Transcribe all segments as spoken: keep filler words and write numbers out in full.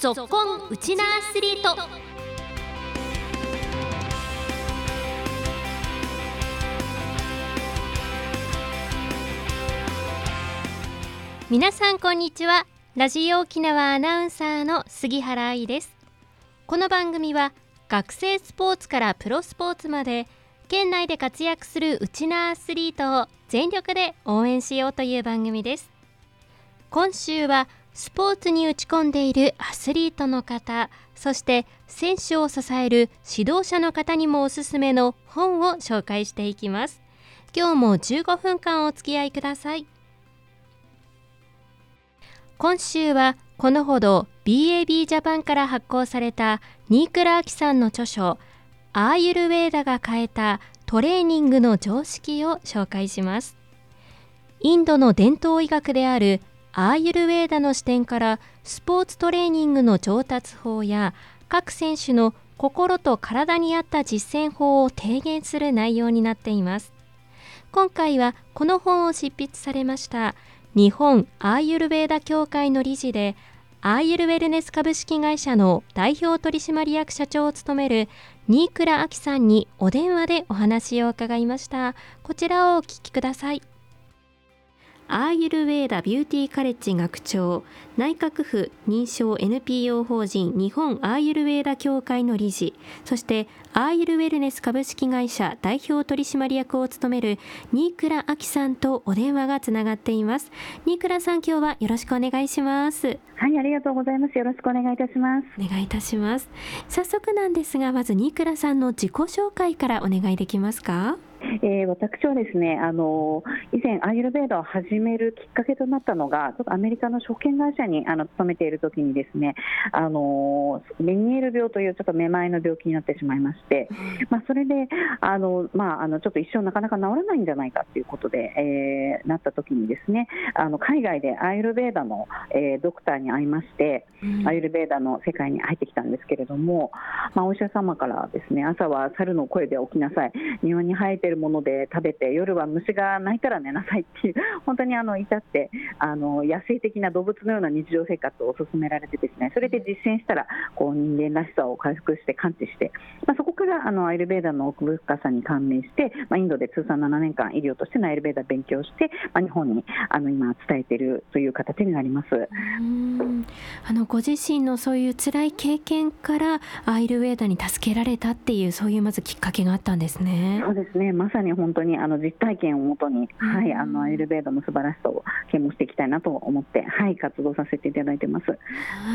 ぞっこんウチナアスリート。皆さんこんにちは。ラジオ沖縄アナウンサーの杉原愛です。この番組は学生スポーツからプロスポーツまで県内で活躍するウチナアスリートを全力で応援しようという番組です。今週はスポーツに打ち込んでいるアスリートの方、そして選手を支える指導者の方にもおすすめの本を紹介していきます。今日もじゅうごふんかんお付き合いください。今週はこのほど ビーエービー ジャパンから発行された新倉亜希さんの著書アーユルヴェーダが変えたトレーニングの常識を紹介します。インドの伝統医学であるアーユルヴェーダの視点からスポーツトレーニングの上達法や各選手の心と体に合った実践法を提言する内容になっています。今回はこの本を執筆されました日本アーユルヴェーダ協会の理事でアーユルウェルネス株式会社の代表取締役社長を務める新倉亜希さんにお電話でお話を伺いました。こちらをお聞きください。アーユルヴェーダビューティーカレッジ学長、内閣府認証 エヌピーオー 法人日本アーユルヴェーダ協会の理事、そしてアーユルウェルネス株式会社代表取締役を務める新倉亜希さんとお電話がつながっています。新倉さん、今日はよろしくお願いします。 はい、ありがとうございます。よろしくお願いいたします。 お願いいたします。早速なんですが、まず新倉さんの自己紹介からお願いできますか？ えー、私はですね、あの以前アーユルヴェーダを始めるきっかけとなったのが、ちょっとアメリカの証券会社にあの勤めているときにですね、あのメニエール病というちょっとめまいの病気になってしまいまして、まあ、それであの、まあ、あのちょっと一生なかなか治らないんじゃないかということで、えー、なったときにですね、あの海外でアーユルヴェーダの、えー、ドクターに会いまして、うん、アーユルヴェーダの世界に入ってきたんですけれども、まあ、お医者様からですね、朝は猿の声で起きなさい、庭に生えているもので食べて、夜は虫が鳴いたら寝なさいっていう、本当にあの至ってあの野生的な動物のような日常生活を勧められてですね、それで実践したらこう人間らしさを回復して感知して、まあ、そこからあのアーユルヴェーダの奥深さに感銘して、まあ、インドで通算ななねんかん医療としてのアーユルヴェーダを勉強して、まあ、日本にあの今伝えているという形になります。うーんあのご自身のそういう辛い経験からアーユルヴェーダに助けられたっていう、そういうまずきっかけがあったんですね。 そうですね、まさに本当にあの実体験をもとに、はい、あのアーユルヴェーダの素晴らしさを啓蒙していきたいなと思って、はい、活動させていただいてます。 はい、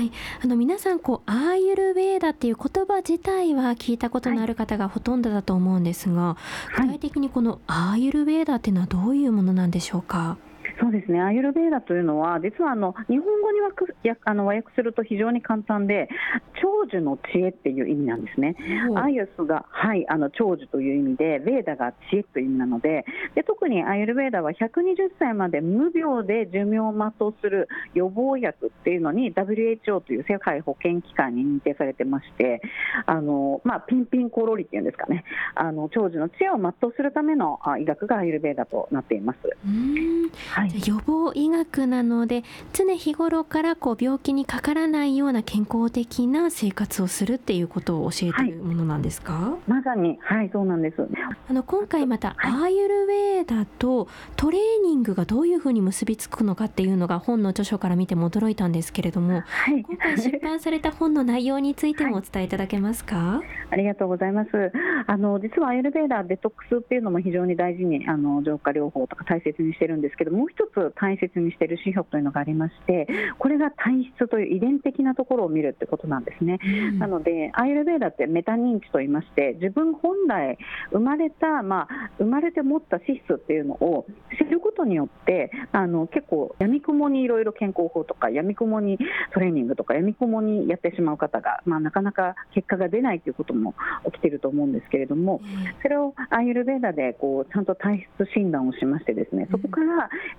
あの皆さんこうアーユルヴェーダっていう言葉自体は聞いたことのある方がほとんどだと思うんですが、はい、具体的にこのアーユルヴェーダっていうのはどういうものなんでしょうか？ そうですね、アーユルヴェーダというのは実はあの日本語に和訳、あの和訳すると非常に簡単で、長寿の知恵っていう意味なんですね。アーユスが、はい、あの長寿という意味で、ヴェーダが知恵という意味なので、で特にアーユルヴェーダはひゃくにじゅっさいまで無病で寿命を全うする予防薬っていうのに ダブリューエイチオー という世界保健機関に認定されてまして、あの、まあ、ピンピンコロリっていうんですかね、あの長寿の知恵を全うするための医学がアーユルヴェーダとなっています。 うーん、はい、予防医学なので、常日頃からこう病気にかからないような健康的な生活をするっていうことを教えているものなんですか？はい、 まさに、はい、そうなんです。 あの今回またアーユルヴェーダとトレーニングがどういうふうに結びつくのかっていうのが本の著書から見ても驚いたんですけれども、はい、今回出版された本の内容についてもお伝えいただけますか？はい、 ありがとうございます。あの実はアーユルヴェーダデトックスっていうのも非常に大事に、あの浄化療法とか大切にしてるんですけど、もう一つ大切にしている指標というのがありまして、これが体質という遺伝的なところを見るってことなんですね。うん、なのでアーユルヴェーダってメタ認知といいまして、自分本来生まれた、まあ、生まれて持った資質っていうのを知ることによって、あの結構やみくもにいろいろ健康法とかやみくもにトレーニングとかやみくもにやってしまう方が、まあ、なかなか結果が出ないということも起きていると思うんですけれども、それをアーユルヴェーダでこうちゃんと体質診断をしましてですね、そこから、え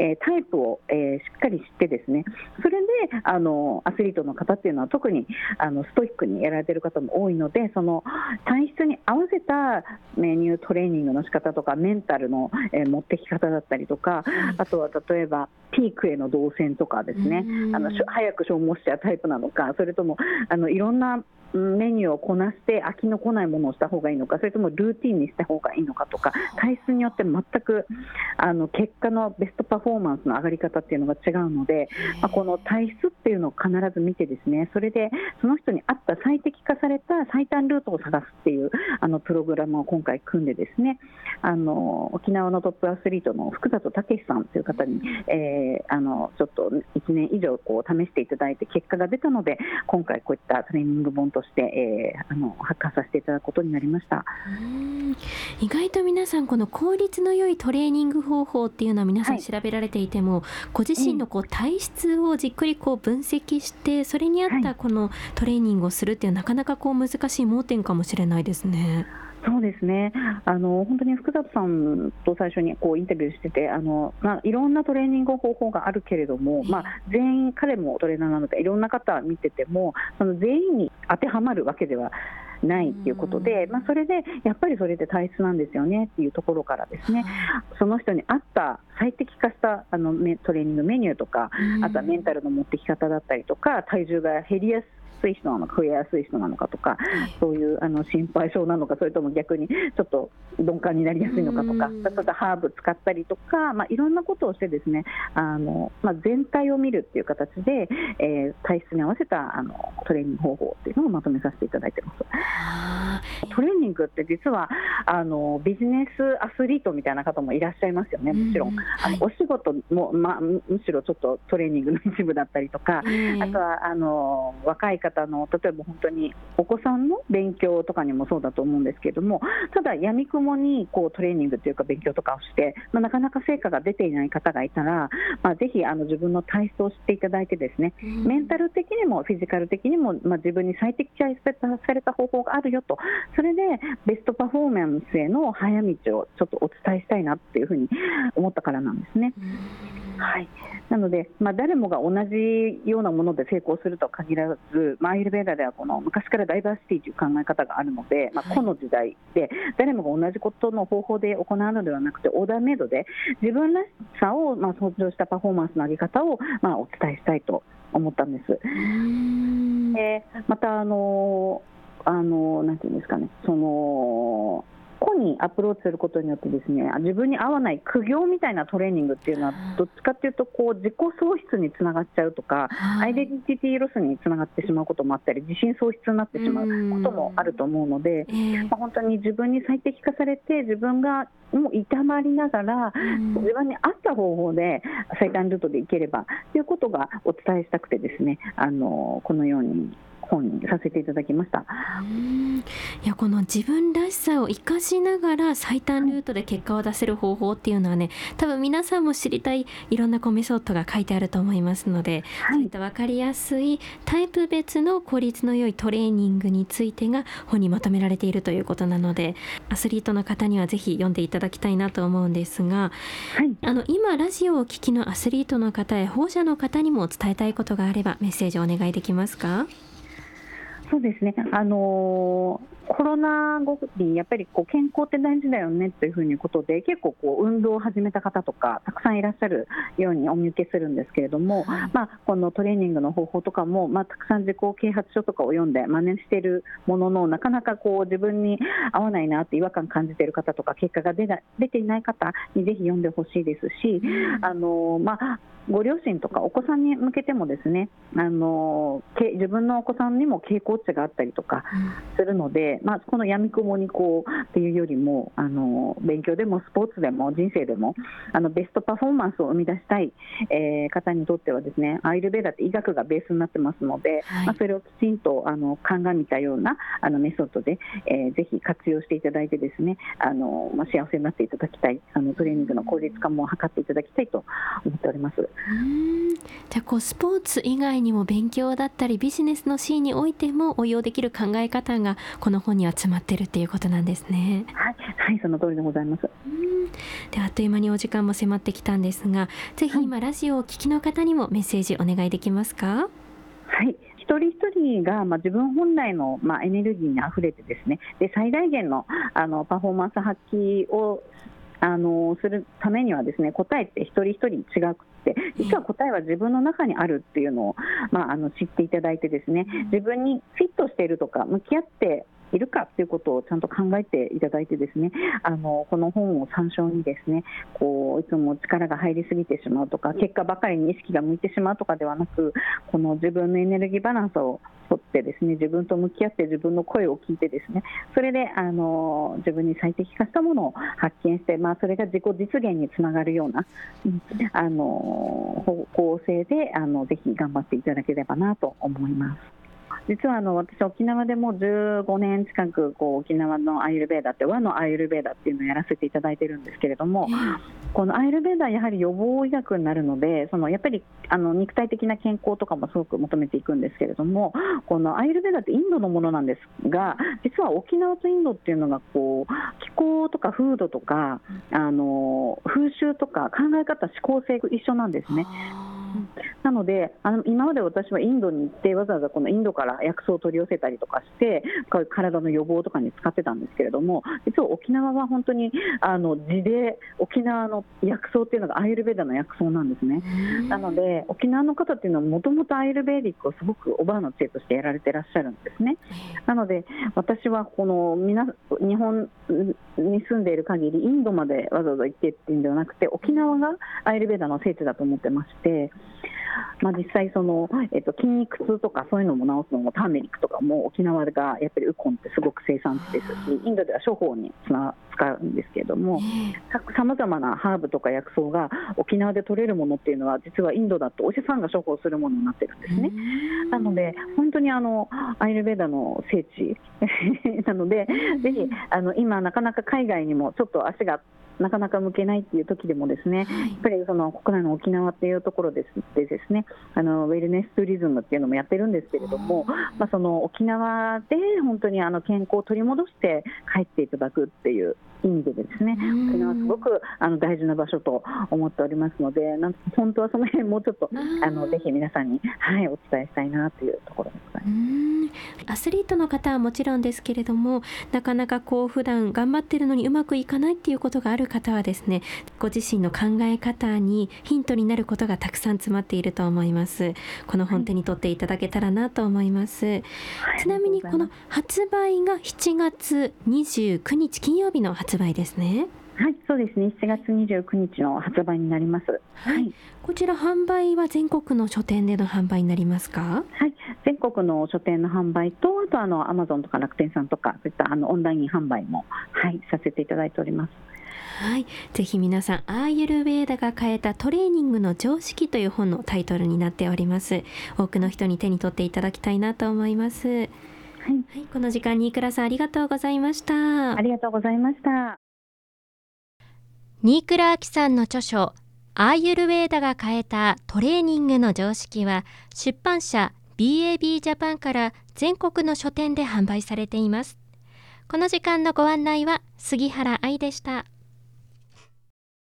えー、タイプを、えー、しっかり知ってですね、それであのアスリートの方っていうのは特にあのストイックにやられている方も多いので、その体質に合わせたメニュートレーニングの仕方とかメンタルの、えー、持ってき方だったりとか、あとは例えばピークへの動線とかですね、あの早く消耗しちゃうタイプなのか、それともあのいろんなメニューをこなして飽きのこないものをした方がいいのか、それともルーティンにした方がいいのかとか、体質によって全くあの結果のベストパフォーマンスの上がり方っていうのが違うので、まあ、この体質っていうのを必ず見てですね、それでその人に合った最適化された最短ルートを探すっていうあのプログラムを今回組んでですね、あの沖縄のトップアスリートの福里武さんという方に、えー、あのちょっといちねん以上こう試していただいて結果が出たので、今回こういったトレーニング本として、えー、あの発刊させていただくことになりました。 うーん、意外と皆さんこの効率の良いトレーニング方法っていうのは皆さん調べられていても、はい、ご自身のこう体質をじっくりこう分析してそれに合ったこのトレーニングをするっていう、なかなかこう難しい盲点かもしれないですね。 そうですね、あの本当に福里さんと最初にこうインタビューしてて、あの、まあ、いろんなトレーニング方法があるけれども、まあ、全員、彼もトレーナーなのでいろんな方見ててもその全員に当てはまるわけではないということで、まあ、それでやっぱりそれで体質なんですよねっていうところからですね、その人に合った最適化したあのトレーニングメニューとか、あとはメンタルの持ってき方だったりとか、体重が減りやすいやすい人なのか増えやすい人なのかとか、そういうあの心配性なのか、それとも逆にちょっと鈍感になりやすいのかとか、例えばハーブ使ったりとか、まあ、いろんなことをしてですね、あの、まあ、全体を見るっていう形で、えー、体質に合わせたあのトレーニング方法っていうのをまとめさせていただいています。トレーニングって実はあのビジネスアスリートみたいな方もいらっしゃいますよね。もちろん、あのお仕事も、まあ、むしろちょっとトレーニングの一部だったりとか、あとはあの若い方の例えば本当にお子さんの勉強とかにもそうだと思うんですけれども、ただやみくもにこうトレーニングというか勉強とかをして、まあ、なかなか成果が出ていない方がいたら、まあ、ぜひあの自分の体質を知っていただいてですね、メンタル的にもフィジカル的にも、まあ、自分に最適化された方法があるよと、それでベストパフォーマンスへの早道をちょっとお伝えしたいなっていうふうに思ったからなんですね。はい、なので、まあ、誰もが同じようなもので成功するとは限らず、まあ、アーユルヴェーダではこの昔からダイバーシティという考え方があるので、まあ、この時代で誰もが同じことの方法で行うのではなくて、オーダーメイドで自分らしさをまあ尊重したパフォーマンスの上げ方をまあお伝えしたいと思ったんです。えー、またあのあのなんていうんですかね、その個にアプローチすることによってですね、自分に合わない苦行みたいなトレーニングっていうのはどっちかっていうとこう自己喪失につながっちゃうとか、アイデンティティロスにつながってしまうこともあったり、自信喪失になってしまうこともあると思うので、まあ、本当に自分に最適化されて自分がもう痛まりながら自分に合った方法で最短ルートでいければということがお伝えしたくてですね、あのこのように本にさせていただきました。 うーん、いや、この自分らしさを生かしながら最短ルートで結果を出せる方法っていうのはね、多分皆さんも知りたいいろんなこうメソッドが書いてあると思いますので、はい、そういった分かりやすいタイプ別の効率の良いトレーニングについてが本にまとめられているということなので、アスリートの方にはぜひ読んでいただきたいなと思うんですが、はい、あの今ラジオをお聞きのアスリートの方や保護者の方にも伝えたいことがあればメッセージをお願いできますか？ そうですね、あのーコロナ後にやっぱりこう健康って大事だよねというふうにことで、結構こう運動を始めた方とかたくさんいらっしゃるようにお見受けするんですけれども、はい、まあ、このトレーニングの方法とかも、まあ、たくさん自己啓発書とかを読んで真似しているものの、なかなかこう自分に合わないなって違和感感じている方とか、結果が出な出ていない方にぜひ読んでほしいですし、うん、あのまあご両親とかお子さんに向けてもですね、あの自分のお子さんにも傾向値があったりとかするので、うん、まあ、この闇雲にこうっていうよりも、あの勉強でもスポーツでも人生でもあのベストパフォーマンスを生み出したい、えー、方にとってはですね、アーユルヴェーダって医学がベースになってますので、はい、まあ、それをきちんとあの鑑みたようなあのメソッドで、えー、ぜひ活用していただいてですね、あの、まあ、幸せになっていただきたい、あのトレーニングの効率化も図っていただきたいと思っております。 うーん、じゃあこうスポーツ以外にも勉強だったりビジネスのシーンにおいてもも応用できる考え方がこの本には詰まってるっていうことなんですね。 はい、はい、その通りでございます。 うんであっという間にお時間も迫ってきたんですが、ぜひ今ラジオをお聞きの方にもメッセージお願いできますか？ はい、一人一人が、まあ、自分本来の、まあ、エネルギーにあふれてですね、で最大限の、あのパフォーマンス発揮をあのするためにはですね、答えって一人一人違くて、実は答えは自分の中にあるっていうのを、まあ、あの知っていただいてですね、自分にフィットしているとか向き合っているかということをちゃんと考えていただいてですね、あのこの本を参照にですね、こういつも力が入りすぎてしまうとか、結果ばかりに意識が向いてしまうとかではなく、この自分のエネルギーバランスをとってですね、自分と向き合って自分の声を聞いてですね、それであの自分に最適化したものを発見して、まあ、それが自己実現につながるような、うん、あの方向性であのぜひ頑張っていただければなと思います。実はあの私、沖縄でもじゅうごねん近くこう沖縄のアーユルヴェーダって和のアーユルヴェーダっていうのをやらせていただいているんですけれども、このアーユルヴェーダはやはり予防医学になるので、そのやっぱりあの肉体的な健康とかもすごく求めていくんですけれども、このアーユルヴェーダってインドのものなんですが、実は沖縄とインドっていうのがこう気候とか風土とかあの風習とか考え方、思考性が一緒なんですね。なのであの今まで私はインドに行ってわざわざこのインドから薬草を取り寄せたりとかして体の予防とかに使ってたんですけれども、実は沖縄は本当にあの地で沖縄の薬草っていうのがアーユルヴェーダの薬草なんですね。なので沖縄の方っていうのはもともとアーユルヴェーディックをすごくおばあの知恵としてやられてらっしゃるんですね。なので私はこのみな日本に住んでいる限りインドまでわざわざ行ってっていうんではなくて、沖縄がアーユルヴェーダの聖地だと思ってまして、まあ、実際その、えっと、筋肉痛とかそういうのも治すのもターメリックとかも沖縄がやっぱりウコンってすごく生産地ですし、インドでは処方につな使うんですけれども、さまざまなハーブとか薬草が沖縄で取れるものっていうのは実はインドだとお医者さんが処方するものになってるんですね。なので本当にあのアーユルヴェーダの聖地なので、ぜひあの今なかなか海外にもちょっと足がなかなか向けないっていう時でもですね、やっぱりその国内の沖縄っていうところですでですね、あのウェルネスツーリズムっていうのもやってるんですけれども、まあ、その沖縄で本当にあの健康を取り戻して帰っていただくっていう意味でですね、沖縄はすごくあの大事な場所と思っておりますので、なん本当はその辺もうちょっとあのぜひ皆さんに、はい、お伝えしたいなというところでございます。 アスリートの方はもちろんですけれども、なかなかこう普段頑張ってるのにうまくいかないっていうことがある方はですね、ご自身の考え方にヒントになることがたくさん詰まっていると思います。この本手に取っていただけたらなと思います、はい、ちなみにこの発売がしちがつにじゅうくにち金曜日の発売ですね。 はい、そうですね。しちがつにじゅうくにちの発売になります。 はい。こちら販売は全国の書店での販売になりますか？ はい、全国の書店の販売と、あとあの Amazon とか楽天さんとかそういったあのオンライン販売も、はい、させていただいております。 はい、ぜひ皆さん、アーユルヴェーダが変えたトレーニングの常識という本のタイトルになっております。多くの人に手に取っていただきたいなと思います。はい、はい、この時間に新倉さんありがとうございました。 ありがとうございました。 新倉亜希さんの著書アーユルヴェーダが変えたトレーニングの常識は出版社 ビーエービー ジャパンから全国の書店で販売されています。この時間のご案内は杉原愛でした。